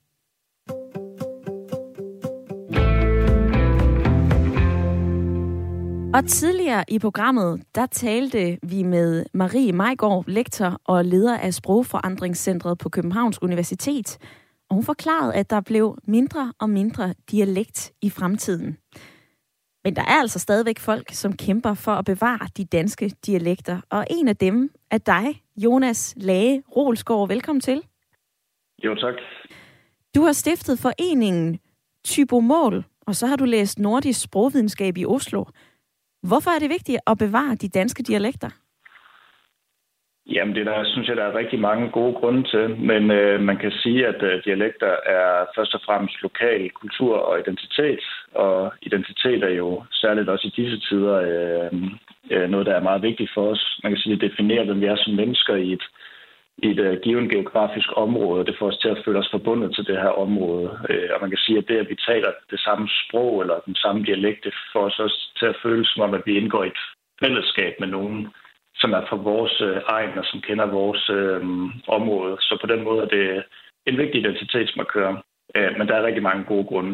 Og tidligere i programmet, der talte vi med Marie Majgaard, lektor og leder af Sprogforandringscentret på Københavns Universitet. Og hun forklarede, at der blev mindre og mindre dialekt i fremtiden. Men der er altså stadigvæk folk, som kæmper for at bevare de danske dialekter. Og en af dem er dig, Jonas Lage Rolsgaard. Velkommen til. Jo, tak. Du har stiftet foreningen Typomål, og så har du læst nordisk sprogvidenskab i Oslo. Hvorfor er det vigtigt at bevare de danske dialekter? Jamen, det der synes jeg, der er rigtig mange gode grunde til. Men man kan sige, at dialekter er først og fremmest lokal kultur og identitet. Og identitet er jo særligt også i disse tider noget, der er meget vigtigt for os. Man kan sige, at det definerer, hvem vi er som mennesker i et givet geografisk område. Det får os til at føle os forbundet til det her område. Og man kan sige, at det, at vi taler det samme sprog eller den samme dialekt, det får os også til at føle som om, at vi indgår i et fællesskab med nogen, som er fra vores egen og som kender vores område. Så på den måde er det en vigtig identitetsmarkør. Men der er rigtig mange gode grunde.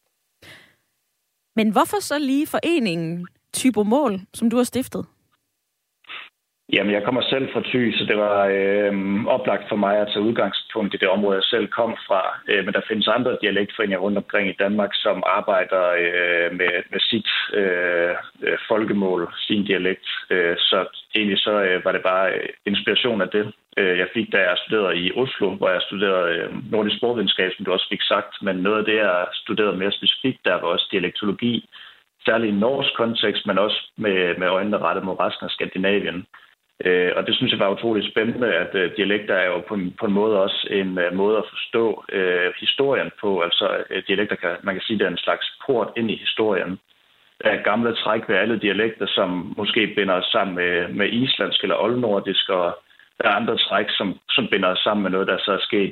Men hvorfor så lige foreningen Typomål, som du har stiftet? Jamen, jeg kommer selv fra Thy, så det var oplagt for mig at tage udgangspunkt i det område, jeg selv kom fra. Men der findes andre dialektforeninger rundt omkring i Danmark, som arbejder med sit folkemål, sin dialekt. Så egentlig så var det bare inspiration af det, jeg fik, da jeg studerede i Oslo, hvor jeg studerede nordisk sprogvidenskab, som du også fik sagt. Men noget af det, jeg studerede mere specifikt, der var også dialektologi, særligt i norsk kontekst, men også med øjnene rettet mod resten af Skandinavien. Og det synes jeg var utroligt spændende, at dialekter er jo på en måde også en måde at forstå historien på. Altså dialekter, man kan sige, det er en slags port ind i historien. Der er gamle træk ved alle dialekter, som måske binder os sammen med islandsk eller oldnordisk, og der er andre træk, som binder os sammen med noget, der så er sket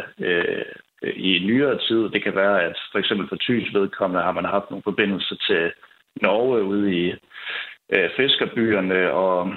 i nyere tid. Det kan være, at for eksempel for Thys vedkommende har man haft nogle forbindelser til Norge ude i fiskerbyerne, og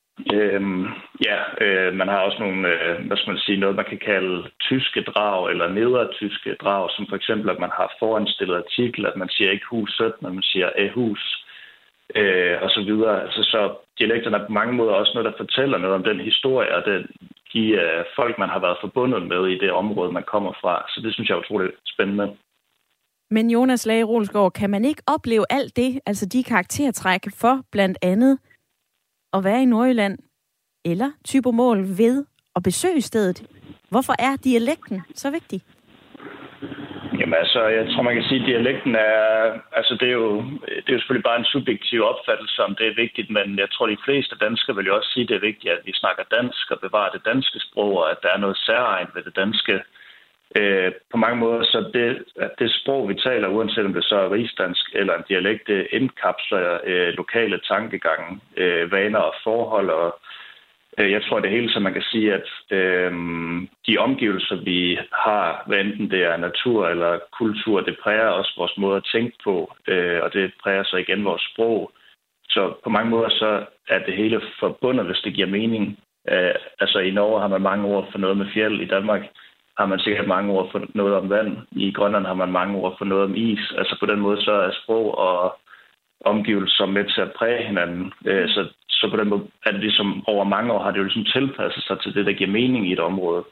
man har også nogle, noget man kan kalde tyske drag eller nedertyske drag, som for eksempel, at man har foranstillet artikel, at man siger ikke hus 17, men man siger hus, og så videre. Altså, så dialekterne er på mange måder også noget, der fortæller noget om den historie, og de folk, man har været forbundet med i det område, man kommer fra. Så det synes jeg er utroligt spændende. Men Jonas Lage Rolsgaard, kan man ikke opleve alt det, altså de karaktertræk for blandt andet at være i Nordjylland eller Thybomål ved at besøge stedet? Hvorfor er dialekten så vigtig? Jamen altså, jeg tror, man kan sige, at dialekten er... Altså, det er jo selvfølgelig bare en subjektiv opfattelse, om det er vigtigt, men jeg tror, de fleste danskere vil jo også sige, at det er vigtigt, at vi snakker dansk og bevarer det danske sprog, og at der er noget særligt ved det danske. På mange måder, så det sprog, vi taler, uanset om det så er rigsdansk eller en dialekt, det indkapsler lokale tankegange, vaner og forhold, og jeg tror det hele, så man kan sige, at de omgivelser, vi har, hvad enten det er natur eller kultur, det præger også vores måde at tænke på, og det præger så igen vores sprog. Så på mange måder, så er det hele forbundet, hvis det giver mening. Altså i Norge har man mange ord for noget med fjeld, i Danmark har man sikkert mange ord for noget om vand. I Grønland har man mange ord for noget om is. Altså på den måde, så er sprog og omgivelser med til at præge hinanden. Så på den måde er det ligesom over mange år har det jo ligesom tilpasset sig til det, der giver mening i et område.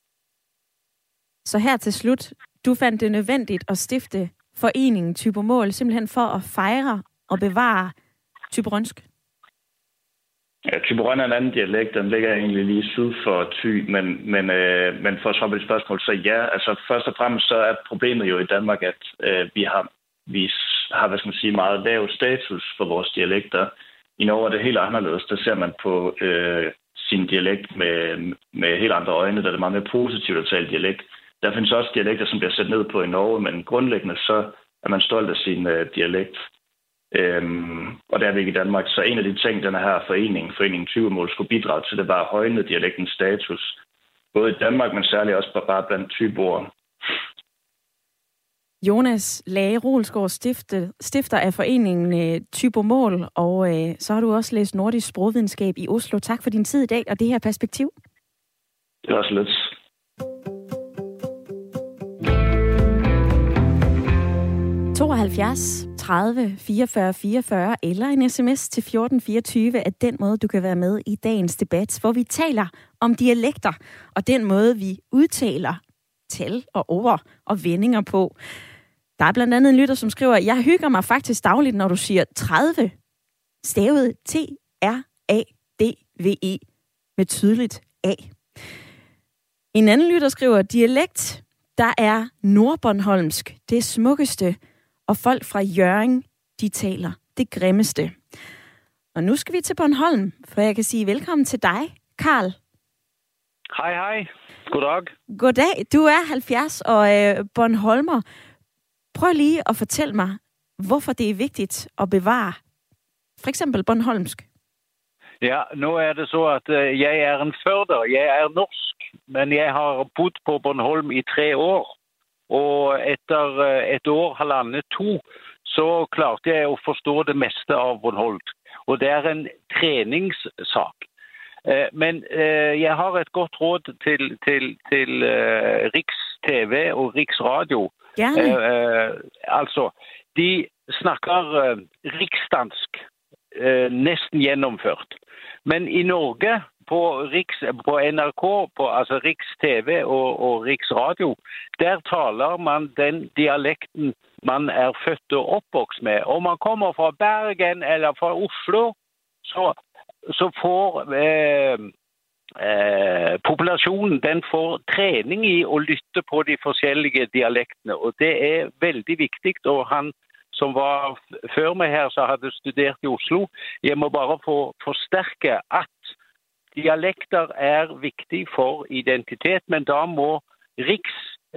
Så her til slut, du fandt det nødvendigt at stifte foreningen Thybomål, simpelthen for at fejre og bevare thyborønsk? Ja, thyborøn er en anden dialekt, den ligger egentlig lige syd for Thy, men for at svare på det spørgsmål, så ja, altså først og fremmest så er problemet jo i Danmark, at vi har hvad skal man sige, meget lav status for vores dialekter. I Norge er det helt anderledes, der ser man på sin dialekt med helt andre øjne, der er det meget mere positivt at tale dialekt. Der findes også dialekter, som bliver sat ned på i Norge, men grundlæggende så er man stolt af sin dialekt. Og der er vi ikke i Danmark. Så en af de ting, den her foreningen Thybomål, skulle bidrage til, det var at højne dialektens status. Både i Danmark, men særligt også bare blandt thyboere. Jonas Lage Rolsgaard, stifter af foreningen Thybomål, og så har du også læst nordisk sprogvidenskab i Oslo. Tak for din tid i dag og det her perspektiv. Det er også lidt. – 72 30 44 44 eller en sms til 1424 er den måde, du kan være med i dagens debat, hvor vi taler om dialekter og den måde, vi udtaler tal og ord og vendinger på. Der er blandt andet en lytter, som skriver, jeg hygger mig faktisk dagligt, når du siger 30, stavet T-R-A-D-V-E med tydeligt A. En anden lytter skriver, dialekt, der er nordbornholmsk, det smukkeste, og folk fra Hjørring, de taler det grimmeste. Og nu skal vi til Bornholm, for jeg kan sige velkommen til dig, Karl. Hej. Goddag. Goddag. Du er 70 og Bornholmer. Prøv lige at fortælle mig, hvorfor det er vigtigt at bevare for eksempel bornholmsk. Ja, nu er det så, at jeg er en førder. Jeg er norsk, men jeg har boet på Bornholm i 3 år. Og efter et år, halvandet, 2, så klarte jeg at forstå det meste av Bornholm. Og det er en træningssak. Men jeg har et godt råd til Riks-TV og Riksradio. Gerne. Altså, de snakker riksdansk. næsten gennemført. Men i Norge, på NRK, altså Riks-TV og Riksradio, der taler man den dialekten man er født og opvokset med. Og man kommer fra Bergen eller fra Oslo, så får populationen, den får træning i at lytte på de forskellige dialektene. Og det er veldig vigtigt, og han som var før mig her, så havde studeret i Oslo. Jeg må bare få forstærke, at dialekter er vigtige for identitet, men da må Riks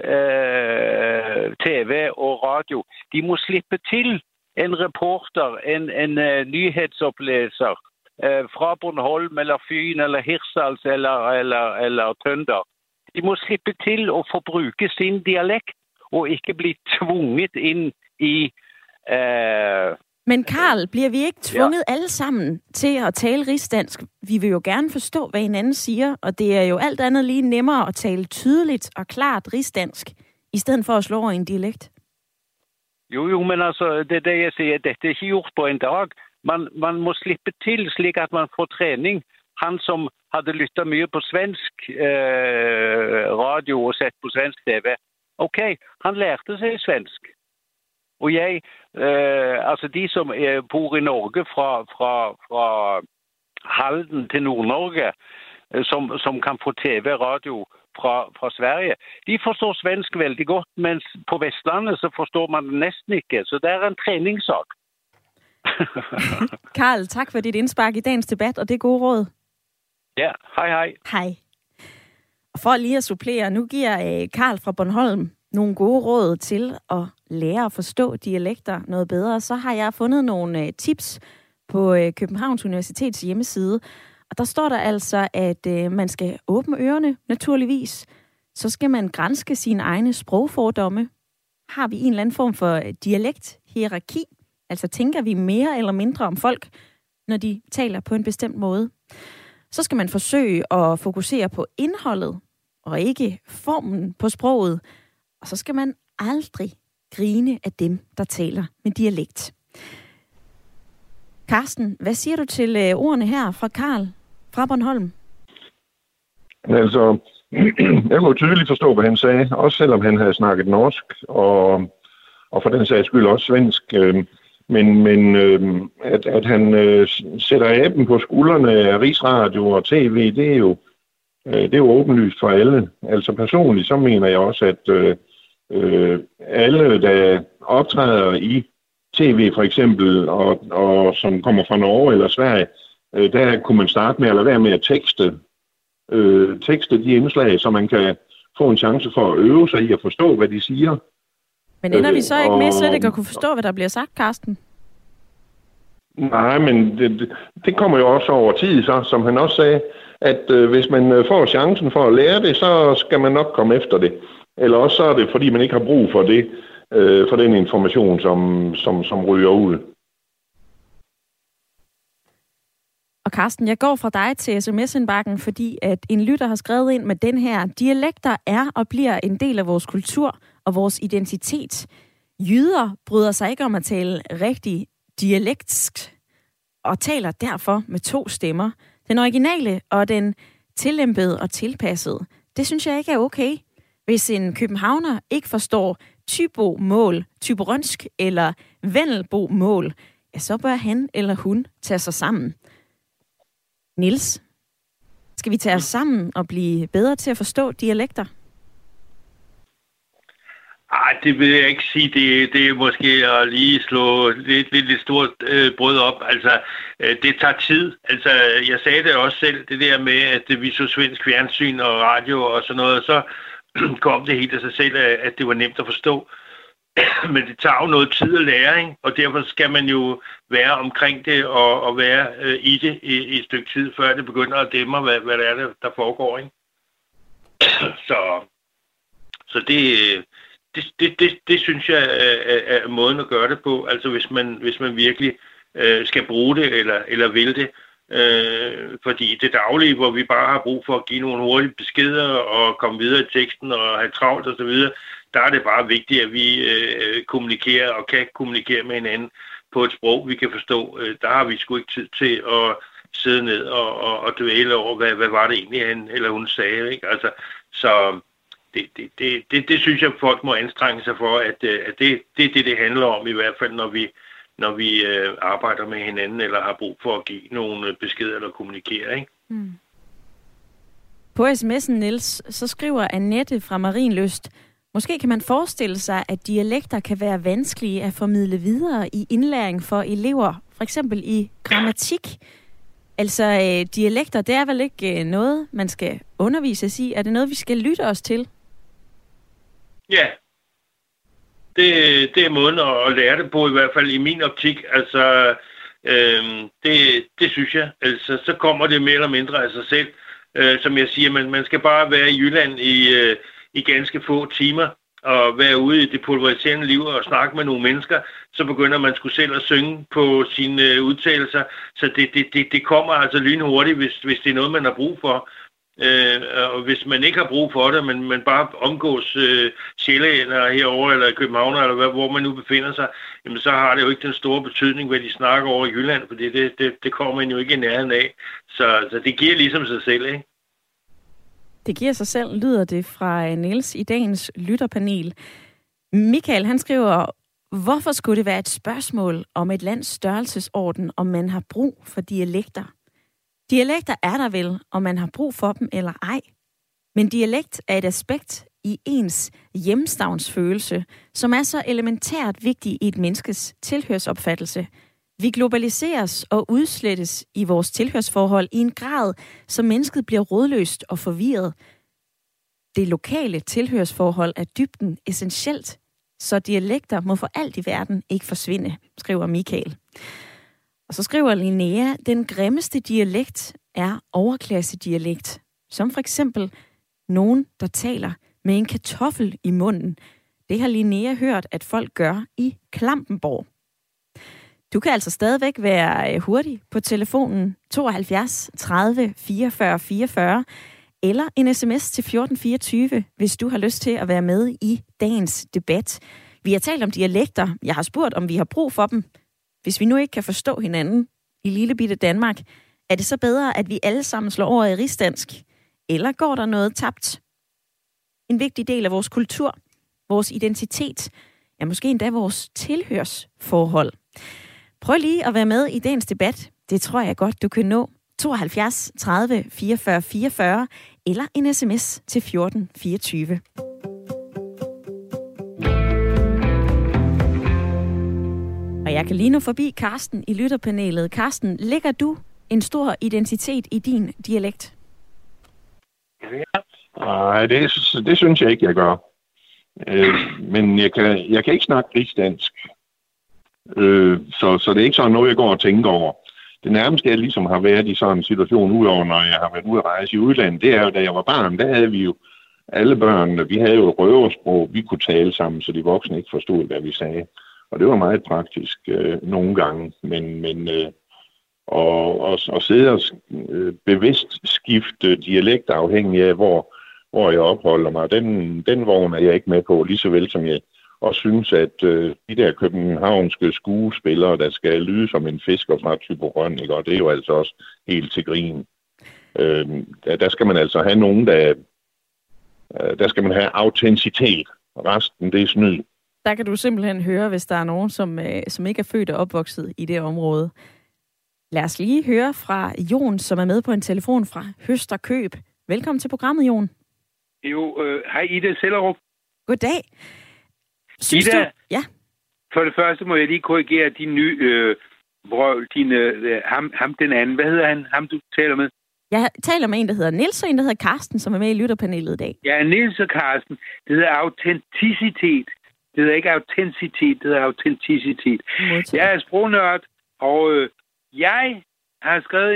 TV og radio, de må slippe til en reporter, en nyhedsoplæser fra Bornholm, eller Fyn, eller Hirsals, eller Tønder. De må slippe til at forbruge sin dialekt, og ikke blive tvunget ind i... Men Karl, bliver vi ikke tvunget alle sammen til at tale rigsdansk? Vi vil jo gerne forstå, hvad hinanden siger, og det er jo alt andet lige nemmere at tale tydeligt og klart rigsdansk, i stedet for at slå over en dialekt. Jo, men altså, det er det, jeg siger, dette er ikke gjort på en dag. Man må slippe til, slik at man får træning. Han som havde lyttet mye på svensk radio og sett på svensk TV, okay, han lærte sig svensk. Og jeg, altså de som bor i Norge fra Halden til Nord-Norge, som kan få TV-radio fra Sverige, de forstår svensk veldig godt, mens på Vestlandet så forstår man det næsten ikke. Så det er en træningssag. Karl, tak for dit indspark i dagens debat, og det er gode råd. Ja, hej. Hej. Og for lige at supplere, nu giver Karl fra Bornholm nogle gode råd til at lære at forstå dialekter noget bedre. Så har jeg fundet nogle tips på Københavns Universitets hjemmeside. Og der står der altså, at man skal åbne ørerne, naturligvis. Så skal man granske sine egne sprogfordomme. Har vi en eller anden form for dialekthierarki? Altså tænker vi mere eller mindre om folk, når de taler på en bestemt måde. Så skal man forsøge at fokusere på indholdet, og ikke formen på sproget. Og så skal man aldrig grine af dem, der taler med dialekt. Carsten, hvad siger du til ordene her fra Karl fra Bornholm? Altså, jeg kunne tydeligt forstå, hvad han sagde, også selvom han havde snakket norsk, og for den sags skyld også svensk. Men at han sætter aben på skuldrene af Rigsradio og TV, det er jo åbenlyst for alle. Altså personligt, så mener jeg også, at alle, der optræder i TV for eksempel, og som kommer fra Norge eller Sverige, der kunne man starte med at lade være med at tekste de indslag, så man kan få en chance for at øve sig i at forstå, hvad de siger. Men ender vi så ikke med slet ikke at kunne forstå, hvad der bliver sagt, Carsten? Nej, men det kommer jo også over tid, så, som han også sagde, at hvis man får chancen for at lære det, så skal man nok komme efter det. Eller også så er det, fordi man ikke har brug for det, for den information, som ryger ud. Og Carsten, jeg går fra dig til sms-indbakken, fordi at en lytter har skrevet ind med den her: dialekter er og bliver en del af vores kultur og vores identitet. Jyder bryder sig ikke om at tale rigtig dialektisk og taler derfor med 2 stemmer. Den originale og den tillempede og tilpassede. Det synes jeg ikke er okay. Hvis en københavner ikke forstår tybo-mål, tyborønsk eller vendelbo-mål, ja, så bør han eller hun tage sig sammen. Niels, skal vi tage os sammen og blive bedre til at forstå dialekter? Ej, det vil jeg ikke sige. Det er måske at lige slå lidt stort brød op. Altså, det tager tid. Altså, jeg sagde det også selv, det der med, at vi så svensk fjernsyn og radio og sådan noget, så kom det helt af sig selv, at det var nemt at forstå. Men det tager jo noget tid at lære, ikke? Og derfor skal man jo være omkring det og være i det i et stykke tid, før det begynder at dæmme, hvad det er, der foregår, ikke? Så det synes jeg er måden at gøre det på. Altså hvis man virkelig skal bruge det eller vil det. Fordi det daglige, hvor vi bare har brug for at give nogle hurtige beskeder og komme videre i teksten og have travlt og så videre, der er det bare vigtigt, at vi kommunikerer og kan kommunikere med hinanden på et sprog, vi kan forstå. Der har vi sgu ikke tid til at sidde ned og dvæle over, hvad var det egentlig, han eller hun sagde. Ikke? Altså, så det synes jeg, folk må anstrenge sig for, at det handler om, i hvert fald, når vi arbejder med hinanden, eller har brug for at give nogle beskeder eller kommunikere. Ikke? Mm. På sms'en, Niels, så skriver Annette fra Marienlyst: måske kan man forestille sig, at dialekter kan være vanskelige at formidle videre i indlæring for elever, for eksempel i grammatik. Altså, dialekter, det er vel ikke noget, man skal undervises i? Er det noget, vi skal lytte os til? Ja. Det er måden at lære det på, i hvert fald i min optik. Altså, det synes jeg. Altså, så kommer det mere eller mindre af sig selv. Som jeg siger, man skal bare være i Jylland i ganske få timer og være ude i det pulveriserende liv og snakke med nogle mennesker, så begynder man sgu selv at synge på sine udtalelser. Så det kommer altså lynhurtigt, hvis det er noget, man har brug for. Og hvis man ikke har brug for det, men man bare omgås sjællænder herovre, eller København, eller hvor man nu befinder sig, jamen så har det jo ikke den store betydning, hvad de snakker over i Jylland, fordi det kommer man jo ikke i nærheden af. Så det giver ligesom sig selv, ikke? Det giver sig selv, lyder det fra Niels i dagens lytterpanel. Michael, han skriver: hvorfor skulle det være et spørgsmål om et lands størrelsesorden, om man har brug for dialekter? Dialekter er der vel, om man har brug for dem eller ej. Men dialekt er et aspekt i ens hjemstavnsfølelse, som er så elementært vigtig i et menneskes tilhørsopfattelse. Vi globaliseres og udslettes i vores tilhørsforhold i en grad, så mennesket bliver rådløst og forvirret. Det lokale tilhørsforhold er dybden essentielt, så dialekter må for alt i verden ikke forsvinde, skriver Michael. Og så skriver Linnea: den grimmeste dialekt er overklassedialekt, som for eksempel nogen, der taler med en kartoffel i munden. Det har Linnea hørt, at folk gør i Klampenborg. Du kan altså stadigvæk være hurtig på telefonen 72 30 44 44 eller en sms til 1424, hvis du har lyst til at være med i dagens debat. Vi har talt om dialekter. Jeg har spurgt, om vi har brug for dem. Hvis vi nu ikke kan forstå hinanden i lille bitte Danmark, er det så bedre, at vi alle sammen slår over i rigsdansk? Eller går der noget tabt? En vigtig del af vores kultur, vores identitet, ja måske endda vores tilhørsforhold. Prøv lige at være med i dagens debat. Det tror jeg godt, du kan nå. 72 30 44 44 eller en sms til 1424. Og jeg kan lige nu forbi Karsten i lytterpanelet. Karsten, lægger du en stor identitet i din dialekt? Nej, det synes jeg ikke, jeg gør. Men jeg kan ikke snakke rigsdansk. Så det er ikke sådan noget, jeg går og tænker over. Det nærmeste, jeg ligesom har været i sådan en situation, udover når jeg har været ude at rejse i udlandet, det er jo, da jeg var barn, der havde vi jo alle børnene, vi havde jo et røversprog, vi kunne tale sammen, så de voksne ikke forstod, hvad vi sagde. Og det var meget praktisk nogle gange, men at sidde og bevidst skifte dialekt afhængig af, hvor jeg opholder mig, den vogn er jeg ikke med på, lige så vel som jeg og synes, at de der københavnske skuespillere, der skal lyde som en fisker fra Thyborøn, ikke? Og det er jo altså også helt til grin. Der skal man altså have nogen, der skal man have autenticitet. Resten, det er snyd. Der kan du simpelthen høre, hvis der er nogen, som ikke er født og opvokset i det område. Lad os lige høre fra Jon, som er med på en telefon fra Høsterkøb. Velkommen til programmet, Jon. Jo, hej Ida Sellerup. Goddag. Synes Ida, du? Ja. For det første må jeg lige korrigere din nye ham den anden. Hvad hedder han? Ham du taler med? Jeg taler med en, der hedder Niels, og en, der hedder Karsten, som er med i lytterpanelet i dag. Ja, Niels og Karsten. Det hedder autenticitet. Det hedder ikke autenticitet, det hedder autenticitet. Jeg er sprognørd, og jeg har skrevet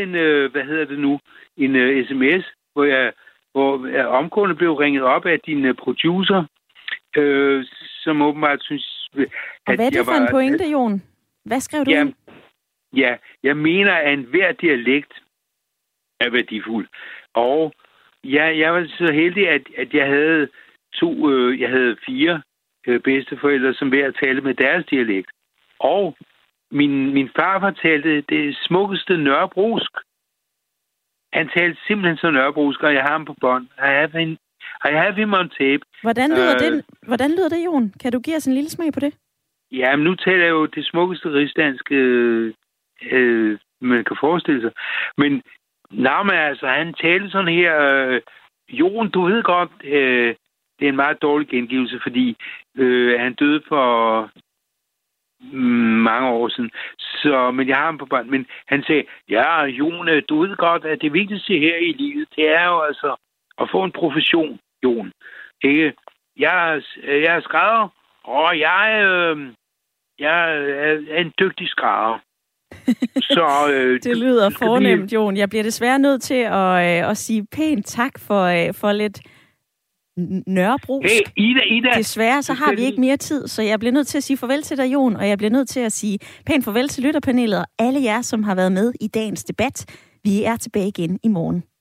en sms, hvor omgående blev ringet op af din producer, som åbenbart synes... Og hvad er det for en pointe, Jon? Hvad skrev du? Ja, jeg mener, at enhver dialekt er værdifuld. Og jeg var så heldig, at jeg havde jeg havde 4 bedsteforældre, som hver talte med deres dialekt. Og min far fortalte det smukkeste nørrebrosk. Han talte simpelthen så nørrebrosk, og jeg har ham på bånd. I have him on tape. Hvordan lyder det, Jon? Kan du give os en lille smag på det? Ja, men nu taler jeg jo det smukkeste rigsdanske, man kan forestille sig. Men altså, han talte sådan her... Jon, du ved godt, det er en meget dårlig gengivelse, fordi han døde for mange år siden. Men jeg har ham på bånd. Men han sagde, ja, Jon, du ved godt, at det vigtigste her i livet, det er jo altså at få en profession, Jon. Ikke? Jeg er skrædder, og jeg er en dygtig skrædder. Så, det lyder fornemt, Jon. Jeg bliver desværre nødt til at sige pænt tak for lidt nørrebrosk. Hey, Ida. Desværre så har vi ikke mere tid, så jeg bliver nødt til at sige farvel til dig, Jon, og jeg bliver nødt til at sige pænt farvel til lytterpanelet og alle jer, som har været med i dagens debat. Vi er tilbage igen i morgen.